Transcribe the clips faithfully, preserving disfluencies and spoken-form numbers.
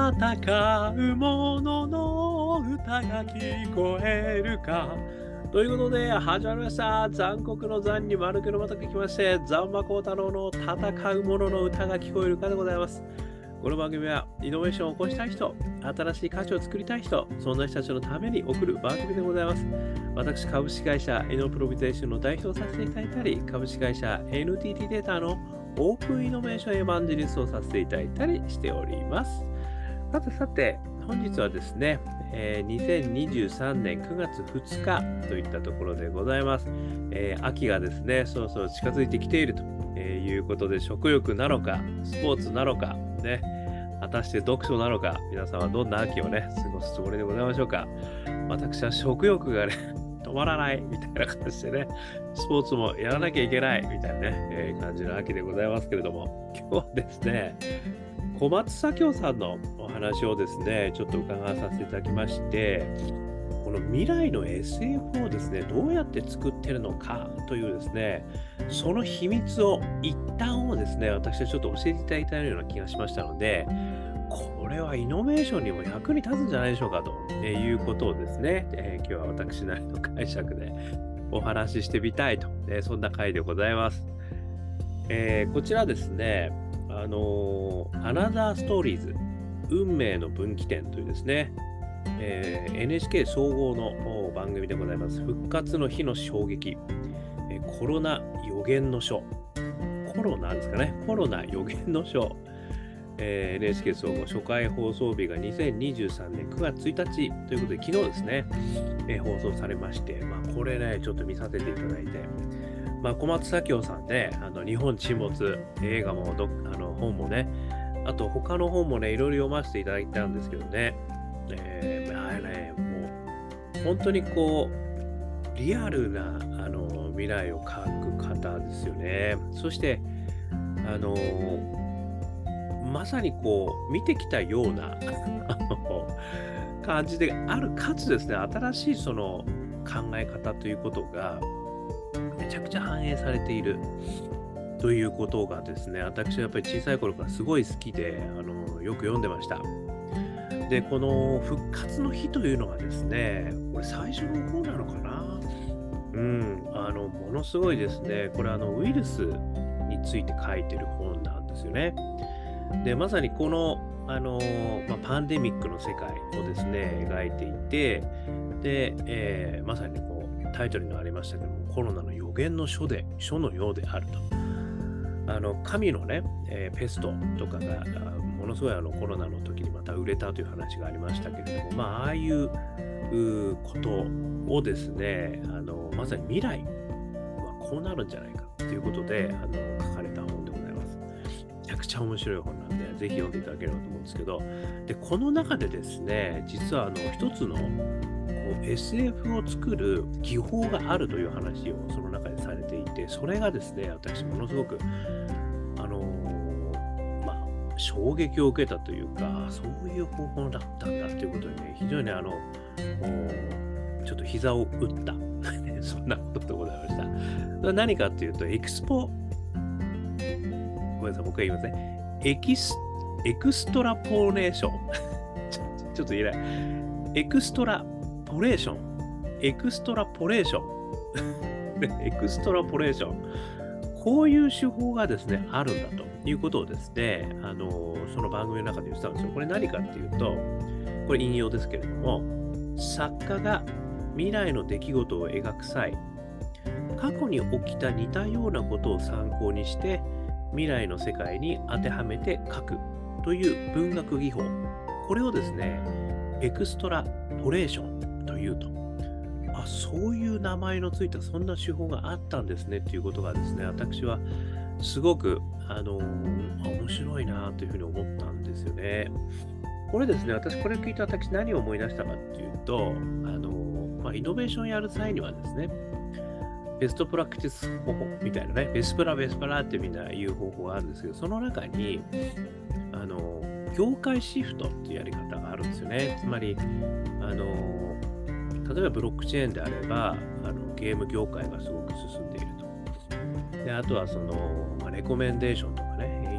戦う者の歌が聞こえるか。ということで始まりました。残酷の残に丸けのまたが来まして、ザンマコウタロウの戦う者の歌が聞こえるかでございます。この番組はイノベーションを起こしたい人、新しい価値を作りたい人、そんな人たちのために送る番組でございます。私、株式会社エノプロビゼーションの代表をさせていただいたり、株式会社 エヌティーティー データのオープンイノベーションエヴァンジェリストをさせていただいたりしております。さてさて、本日はですね、えー、にせんにじゅうさんねんくがつふつかといったところでございます。えー、秋がですね、そろそろ近づいてきているということで、食欲なのか、スポーツなのか、ね、果たして読書なのか、皆さんはどんな秋をね、過ごすつもりでございましょうか。私は食欲がね、止まらないみたいな感じでね、スポーツもやらなきゃいけないみたいなね、えー、感じの秋でございますけれども、今日はですね、小松左京さんのお話をですね、ちょっと伺わさせていただきまして、この未来の エスエフ をですね、どうやって作ってるのかというですね、その秘密を、一端をですね、私はちょっと教えていただいたような気がしましたので、これはイノベーションにも役に立つんじゃないでしょうかということをですね、えー、今日は私なりの解釈でお話ししてみたいと、えー、そんな回でございます。えー、こちらですね、あのー、アナザーストーリーズ運命の分岐点というですね、えー、エヌエイチケー 総合の番組でございます。復活の日の衝撃、えー、コロナ予言の書、コロナですかね、コロナ予言の書、えー、エヌエイチケー 総合初回放送日がにせんにじゅうさんねんくがつついたちということで、昨日ですね、えー、放送されまして、まあ、これね、ちょっと見させていただいて、まあ、小松左京さんね、あの日本沈没、映画もどあの本もね、あと他の本もね、いろいろ読ませていただいたんですけどね、えー、まあね、もう本当にこう、リアルなあの未来を描く方ですよね。そして、あのまさにこう、見てきたような感じである、かつですね、新しいその考え方ということが、めちゃくちゃ反映されているということがですね、私はやっぱり小さい頃からすごい好きで、あのよく読んでました。で、この復活の日というのがですね、これ最初の方なのかな、うん、あのものすごいですね、これあのウイルスについて書いてる本なんですよね。で、まさにこの、あのまあ、パンデミックの世界をですね、描いていて、で、えー、まさにこうタイトルにもありましたけども、コロナの予言の書で、書のようであると。あの神のね、えー、ペストとかがものすごいあのコロナの時にまた売れたという話がありましたけれども、まあ、ああいうことをですね、あのまさに未来はこうなるんじゃないかということであの書かれた本でございます。めちゃくちゃ面白い本なんで、ぜひ読んでいただければと思うんですけど、でこの中でですね、実はあの一つのエスエフ を作る技法があるという話をその中でされていて、それがですね、私ものすごくあのー、まあ衝撃を受けたというか、そういう方法だったんだということでね、非常にあのちょっと膝を打ったそんなことでございました。何かというと、エクスポ、ごめんなさい、僕が言いますね。エキスエクストラポレーションちょちょっと言えない。エクストラポレーション、エクストラポレーション、エクストラポレーション、こういう手法がですね、あるんだということをですね、あのその番組の中で言ってたんですよ。これ何かっていうと、これ引用ですけれども、作家が未来の出来事を描く際、過去に起きた似たようなことを参考にして、未来の世界に当てはめて書くという文学技法、これをですね、エクストラポレーションというと、あ、そういう名前のついたそんな手法があったんですねということがですね、私はすごく、あのー、面白いなというふうに思ったんですよね。これですね、私これ聞いて私何を思い出したかっていうと、あのーまあ、イノベーションやる際にはですね、ベストプラクティス方法みたいなね、ベスプラベスプラってみんな言う方法があるんですけど、その中に、あのー、業界シフトっていうやり方があるんですよね。つまり、あの例えばブロックチェーンであれば、あのゲーム業界がすごく進んでいると。で、あとはその、まあ、レコメンデーションとかね、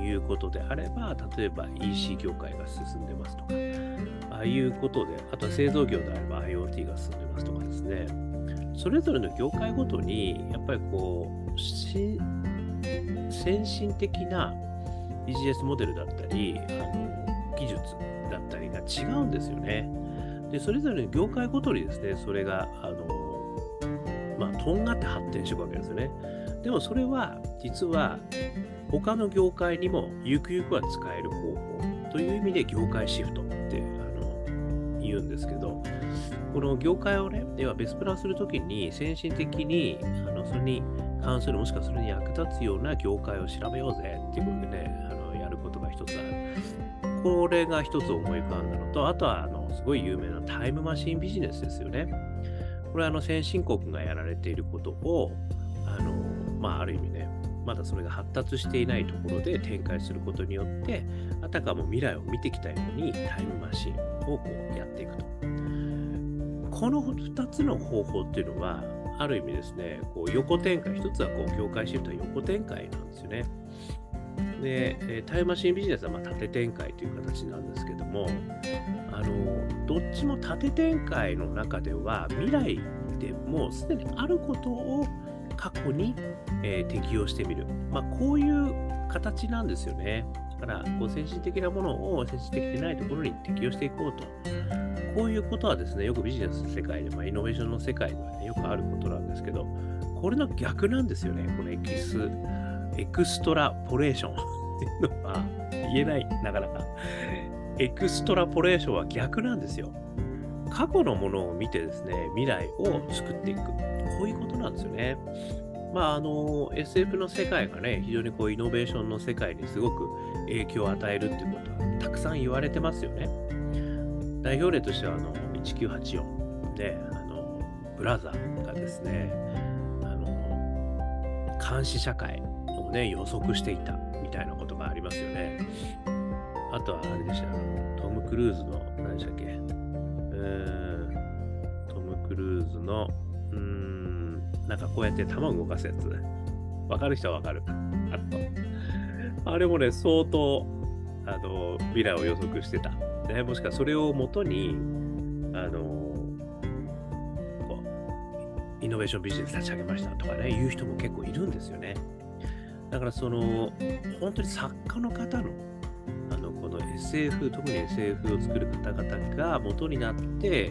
いうことであれば、例えば イーシー 業界が進んでますとか、ああいうことで、あとは製造業であれば IoT が進んでますとかですね、それぞれの業界ごとに、やっぱりこう、し先進的なビジネスモデルだったり、あの技術だったりが違うんですよね。で、それぞれの業界ごとにですね、それが、あの、まあ、とんがって発展していくわけですよね。でもそれは、実は、他の業界にもゆくゆくは使える方法という意味で業界シフトってあの言うんですけど、この業界をね、要はベスプラするときに先進的にあのそれに関するもしくはそれに役立つような業界を調べようぜっていうことでね、あのやることが一つある。これが一つ思い浮かんだのと、あとはあのすごい有名なタイムマシンビジネスですよね。これはあの先進国がやられていることを、あのまあ、ある意味ね、まだそれが発達していないところで展開することによって、あたかも未来を見てきたようにタイムマシンをこうやっていくと。このふたつの方法っていうのは、ある意味ですね、こう横展開、一つはこう業界シフトは横展開なんですよね。で、タイムマシンビジネスはまあ縦展開という形なんですけども、あのどっちも縦展開の中では、未来でもうすでにあることを過去に、えー、適用してみる。まあ、こういう形なんですよね。だから、こう先進的なものを先進的でないところに適用していこうと。こういうことはですね、よくビジネスの世界で、まあ、イノベーションの世界では、ね、よくあることなんですけど、これの逆なんですよね。このエキス、エクストラポレーションっていうのは言えない、なかなか。エクストラポレーションは逆なんですよ。過去のものを見てですね、未来を作っていく。こういうことなんですよね。まあ、あの、エスエフ の世界がね、非常にこう、イノベーションの世界にすごく影響を与えるっていうことは、たくさん言われてますよね。代表例としては、あの、いちきゅうはちよん、ね、あの、ブラザーがですね、あの、監視社会をね、予測していたみたいなことがありますよね。あとは、あれでしたよ、あのトム・クルーズの、何でしたっけ、うーん、トム・クルーズの、うーん、なんかこうやって卵動かすやつ。わかる人はわかる。あと、あれもね、相当、あの、未来を予測してた。ね、もしくはそれをもとに、あの、こう、イノベーションビジネス立ち上げましたとかね、言う人も結構いるんですよね。だからその、本当に作家の方の、あの、この エスエフ、特に エスエフ を作る方々が元になって、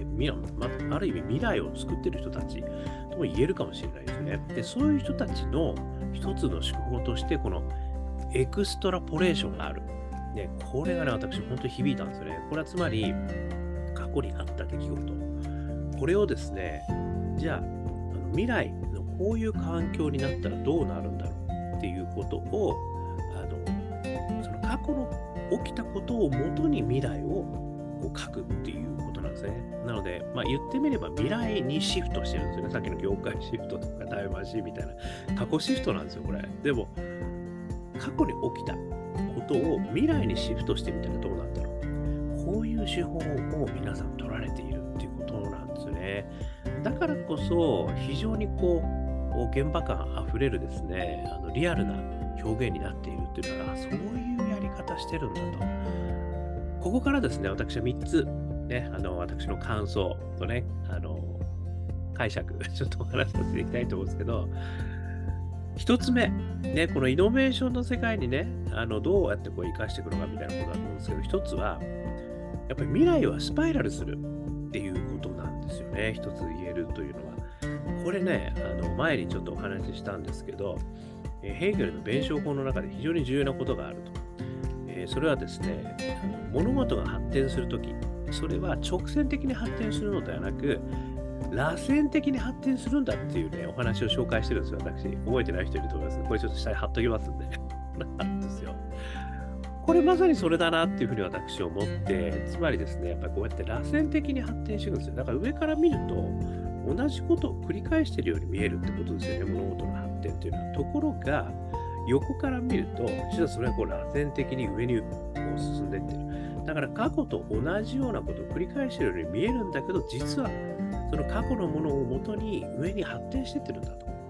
みまある意味未来を作ってる人たちとも言えるかもしれないですね。で、そういう人たちの一つの手法として、このエクストラポレーションがある。ね、これがね、私、本当に響いたんですよね。これはつまり、過去にあった出来事。これをですね、じゃあ、あの未来のこういう環境になったらどうなるんだろうっていうことを、あのその過去の起きたことをもとに未来をこう書くっていうことなんですね。なので、まあ、言ってみれば未来にシフトしてるんですよね。さっきの業界シフトとかタイムマシンみたいな過去シフトなんですよ、これ。でも、過去に起きたことを未来にシフトしてみたらどうなんだろう。こういう手法を皆さん取られているっていうことなんですよね。だからこそ、非常にこう、現場感あふれるですね、あのリアルな表現になっているっていうのは、そういうやり方してるんだと。ここからですね、私はみっつ、ね、あの私の感想とね、あの解釈、ちょっとお話しさせていきたいと思うんですけど、一つ目、ね、このイノベーションの世界にね、あのどうやってこう生かしていくのかみたいなことだと思うんですけど、一つは、やっぱり未来はスパイラルするっていうことなんですよね。一つ言えるというのは。これね、あの前にちょっとお話ししたんですけど、えヘーゲルの弁証法の中で非常に重要なことがあると。えー、それはですね、あの物事が発展するとき、それは直線的に発展するのではなく、螺旋的に発展するんだっていうね、お話を紹介してるんですよ、私。覚えてない人いると思います。これちょっと下に貼っときますんで。なんですよ。これまさにそれだなっていうふうに私は思って、つまりですね、やっぱりこうやって螺旋的に発展していくんですよ。だから上から見ると、同じことを繰り返しているように見えるってことですよね、物事の発展というのは。ところが、横から見ると、実はそれはこう螺旋的に上にこう進んでいってる。だから過去と同じようなことを繰り返しているように見えるんだけど、実はその過去のものをもとに上に発展していってるんだと。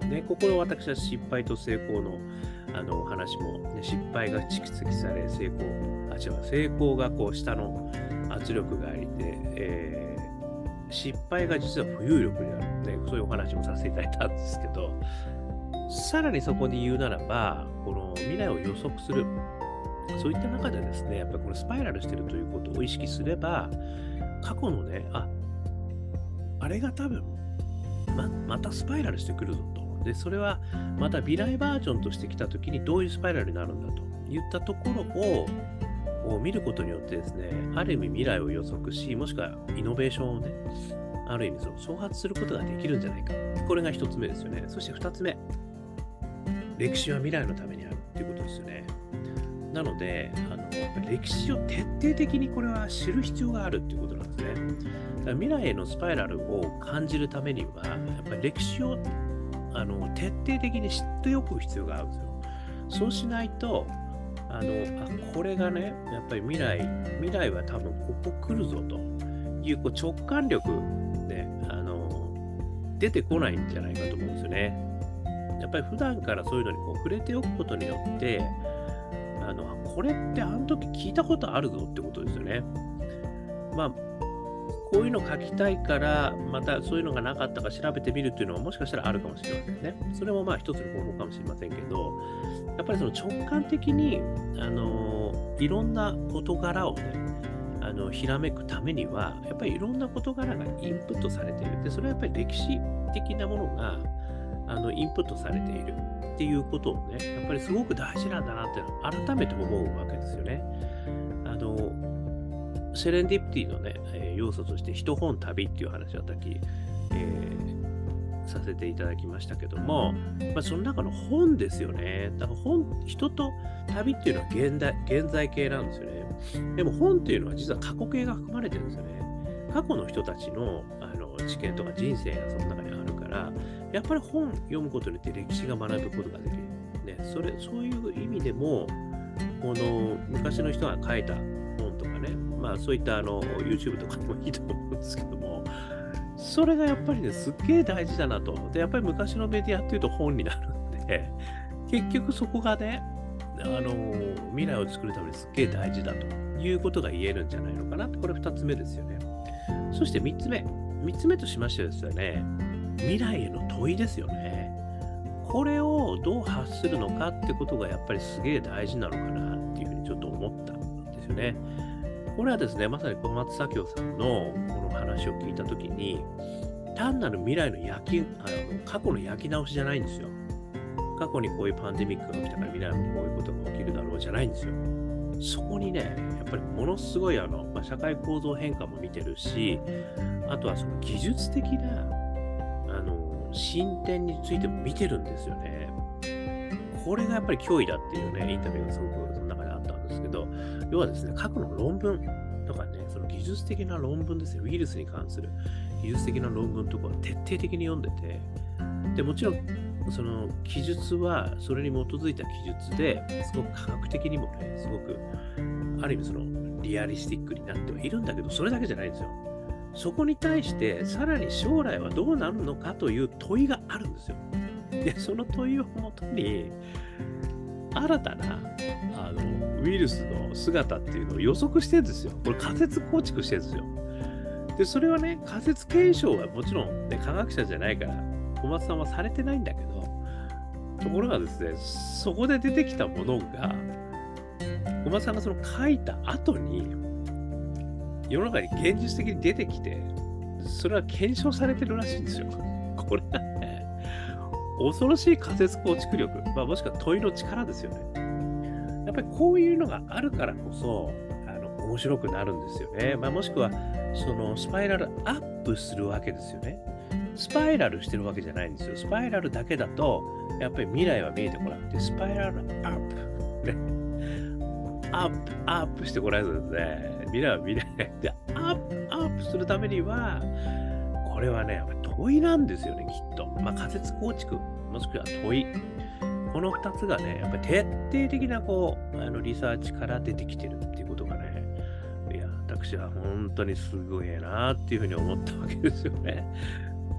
ね、ここの私は失敗と成功のあの話も、ね、失敗が蓄積され、成功、あ、違う、成功がこう下の圧力がありで、えー、失敗が実は浮遊力である、ね、そういうお話もさせていただいたんですけど、さらにそこで言うならば、この未来を予測する、そういった中でですね、やっぱりこのスパイラルしてるということを意識すれば、過去のね、あ、あれが多分、ま、またスパイラルしてくるぞと。で、それはまた未来バージョンとしてきたときにどういうスパイラルになるんだといったところを見ることによってですね、ある意味未来を予測し、もしくはイノベーションをね、ある意味その創発することができるんじゃないか。これが一つ目ですよね。そして二つ目、歴史は未来のためにあるっていうことですよね。なので、あのやっぱり歴史を徹底的にこれは知る必要があるっていうことなんですね。だから未来へのスパイラルを感じるためには、やっぱり歴史をあの徹底的に知っておく必要があるんですよ。そうしないと、あのあこれがね、やっぱり未来、未来は多分ここ来るぞという、こう直感力ね、あの出てこないんじゃないかと思うんですよね。やっぱり普段からそういうのにこう触れておくことによって、あのこれってあの時聞いたことあるぞってことですよね。まあこういうの書きたいから、またそういうのがなかったか調べてみるっていうのはもしかしたらあるかもしれませんね。それもまあ一つの方法かもしれませんけど、やっぱりその直感的に、あのいろんな事柄をね、あのひらめくためには、やっぱりいろんな事柄がインプットされている。で、それはやっぱり歴史的なものがあのインプットされているっていうことをね、やっぱりすごく大事なんだなっていうのを改めて思うわけですよね。あのセレンディプティのね、えー、要素として一本旅っていう話をさっき、えー、させていただきましたけども、まあ、その中の本ですよね。だから本、人と旅っていうのは現代、現在形なんですよね。でも本っていうのは実は過去形が含まれてるんですよね。過去の人たちの、あの知見とか人生がその中にあるから、やっぱり本読むことによって歴史が学ぶことができる。ね、それ、そういう意味でも、この昔の人が書いた本とかね、まあそういったあの YouTube とかでもいいと思うんですけども、それがやっぱりね、すっげえ大事だなと。で、やっぱり昔のメディアっていうと本になるんで、結局そこがね、あの未来を作るためにすっげえ大事だということが言えるんじゃないのかなって、これふたつめですよね。そしてみっつめ。みっつめとしましてですよね、未来への問いですよね。これをどう発するのかってことがやっぱりすげえ大事なのかなっていうふうにちょっと思ったんですよね。これはですね、まさに小松左京さんのこの話を聞いたときに、単なる未来の焼き、あの過去の焼き直しじゃないんですよ。過去にこういうパンデミックが起きたから未来もこういうことが起きるだろうじゃないんですよ。そこにね、やっぱりものすごいあの、まあ、社会構造変化も見てるし、あとはその技術的なあの進展についても見てるんですよね。これがやっぱり脅威だっていうね、インタビューがすごくその中であったんですけど、要はですね、過去の論文とかね、その技術的な論文ですよ、ウイルスに関する技術的な論文とかを徹底的に読んでて、でもちろん、その記述はそれに基づいた記述ですごく科学的にもね、すごくある意味そのリアリスティックになってはいるんだけど、それだけじゃないんですよ。そこに対してさらに将来はどうなるのかという問いがあるんですよ。で、その問いをもとに新たなあのウイルスの姿っていうのを予測してるんですよ。これ仮説構築してるんですよ。で、それはね、仮説検証はもちろん、ね、科学者じゃないから小松さんはされてないんだけど、ところがですね、そこで出てきたものが小松さんがその書いた後に世の中に現実的に出てきて、それは検証されてるらしいんですよ。これはね、恐ろしい仮説構築力、まあ、もしくは問いの力ですよね。やっぱりこういうのがあるからこそ、あの面白くなるんですよね。まあ、もしくは、そのスパイラルアップするわけですよね。スパイラルしてるわけじゃないんですよ。スパイラルだけだと、やっぱり未来は見えてこなくて、スパイラルアップ。ね。アップ、アップしてこないとですね、未来は見れないで、アップ、アップするためには、これはね、やっぱり問いなんですよね、きっと。まあ、仮説構築、もしくは問い。この二つがね、やっぱり徹底的なこうあのリサーチから出てきてるっていうことがね、いや、私は本当にすごいなっていうふうに思ったわけですよね。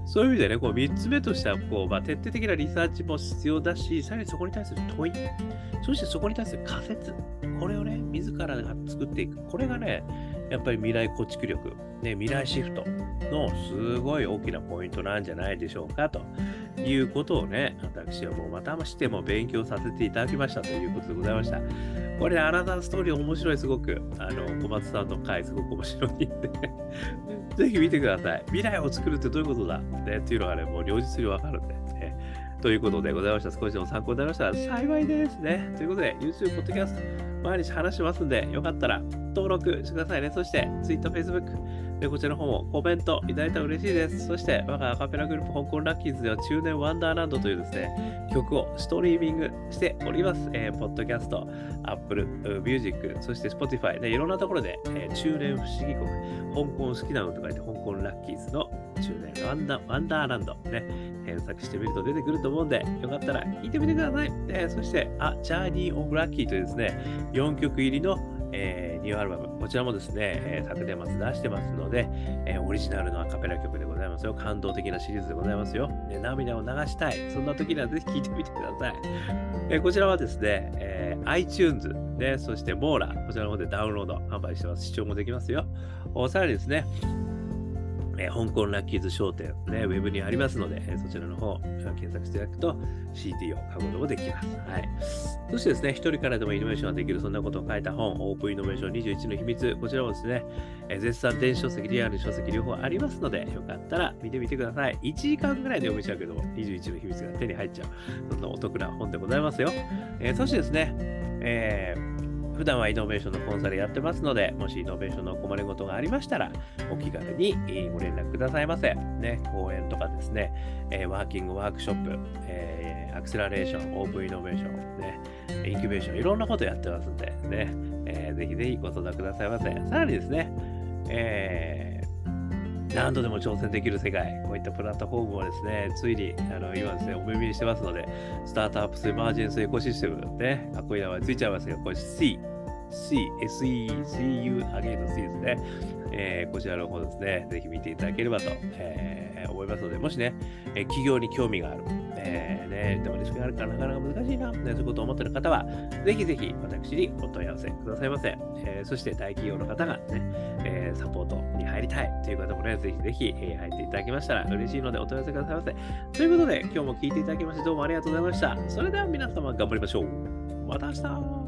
そういう意味でね、こうみっつめとしては、こう、まあ、徹底的なリサーチも必要だし、さらにそこに対する問い、そしてそこに対する仮説、これをね、自らが作っていく。これがね、やっぱり未来構築力、ね、未来シフトのすごい大きなポイントなんじゃないでしょうかということをね、私はもうまたしても勉強させていただきましたということでございました。これね、アナザーストーリー面白い、すごく。あの、小松さんの回、すごく面白いんでぜひ見てください。未来を作るってどういうことだ、ね、っていうのがね、もう両日にわかるんで、ね。ということでございました。少しでも参考になりましたら幸いですね。ということで、YouTube、ポッドキャスト、毎日話しますんで、よかったら登録してくださいね。そして、Twitter、Facebook、でこちらの方もコメントいただいたら嬉しいです。そして、我がアカペラグループ、香港ラッキーズでは中年ワンダーランドというですね、曲をストリーミングしております。えー、ポッドキャスト、Apple Music、そして Spotify でいろんなところで、えー、中年不思議国、香港好きなのと書いて、香港ラッキーズの中年ワンダーワンダーランドね、検索してみると出てくると思うんで、よかったら聴いてみてください。えー、そして、あ、Journey of Lucky というですね、よんきょく入りのえー、ニューアルバム、こちらもですね、えー、昨年末出してますので、えー、オリジナルのアカペラ曲でございますよ。感動的なシリーズでございますよ。ね、涙を流したい。そんな時にはぜひ聴いてみてください。えー、こちらはですね、えー、iTunes、ね、そしてモーラ、こちらの方でダウンロード販売してます。視聴もできますよ。さらにですね、えー、香港ラッキーズ商店、ね、ウェブにありますので、えー、そちらの方、検索していただくと シーディー を買うこともできます。はい。そしてですね、一人からでもイノベーションができる、そんなことを書いた本、オープンイノベーションにじゅういちの秘密、こちらもですね、えー、絶賛電子書籍、リアル書籍両方ありますので、よかったら見てみてください。いちじかんぐらいで読めちゃうけど、にじゅういちの秘密が手に入っちゃう、そんなお得な本でございますよ。えー、そしてですね、えー普段はイノベーションのコンサルやってますので、もしイノベーションの困りごとがありましたら、お気軽にご連絡くださいませ。ね、講演とかですね、えー、ワーキングワークショップ、えー、アクセラレーション、オープンイノベーション、ね、インキュベーション、いろんなことやってますんで、ね、えー、ぜひぜひご相談くださいませ。さらにですね、えー、何度でも挑戦できる世界、こういったプラットフォームをですね、ついにあの今ですね、お耳にしてますので、スタートアップスエマージェンスエコシステム、ね、かっこいい名前ついちゃいますけど、これ C、C、エスイー、シーユー、アゲインの C ですね。えー、こちらの方ですね、ぜひ見ていただければと、えー、思いますので、もしね、えー、企業に興味がある、えーね、でもリスクがあるからなかなか難しいな、ね、そういうことを思っている方は、ぜひぜひ私にお問い合わせくださいませ。えー、そして大企業の方がね、えー、サポートに入りたいという方もね、ぜひぜひ、えー、入っていただきましたら嬉しいのでお問い合わせくださいませ。ということで、今日も聞いていただきましてどうもありがとうございました。それでは皆様頑張りましょう。また明日。